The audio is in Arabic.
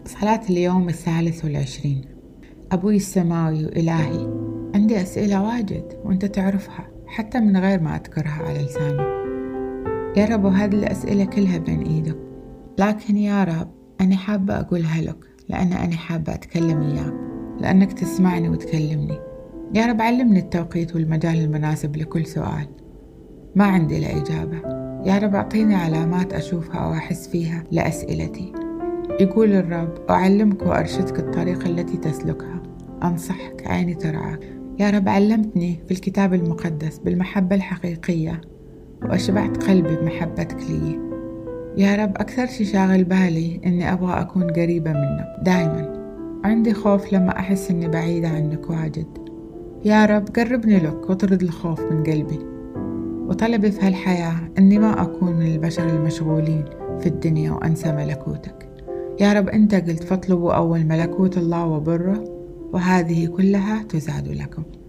صلاة اليوم 23. أبوي السماوي وإلهي، عندي أسئلة واجد وأنت تعرفها حتى من غير ما أذكرها على لساني يا رب، وهذه الأسئلة كلها بين إيدك. لكن يا رب أنا حابة أقولها لك لأن أنا حابة أتكلم إياك، لأنك تسمعني وتكلمني. يا رب علمني التوقيت والمجال المناسب لكل سؤال ما عندي له إجابة. يا رب أعطيني علامات أشوفها أو أحس فيها لأسئلتي. يقول الرب: أعلمك وأرشدك الطريق التي تسلكها، أنصحك، عيني ترعاك. يا رب علمتني في الكتاب المقدس بالمحبة الحقيقية، وأشبعت قلبي بمحبتك لي. يا رب أكثر شي شاغل بالي إني أبغى أكون قريبة منك دايما. عندي خوف لما أحس إني بعيدة عنك واجد. يا رب قربني لك وطرد الخوف من قلبي. وطلبي في هالحياة إني ما أكون من البشر المشغولين في الدنيا وأنسى ملكوتك. يا رب أنت قلت: فاطلبوا أول ملكوت الله وبره، وهذه كلها تزاد لكم.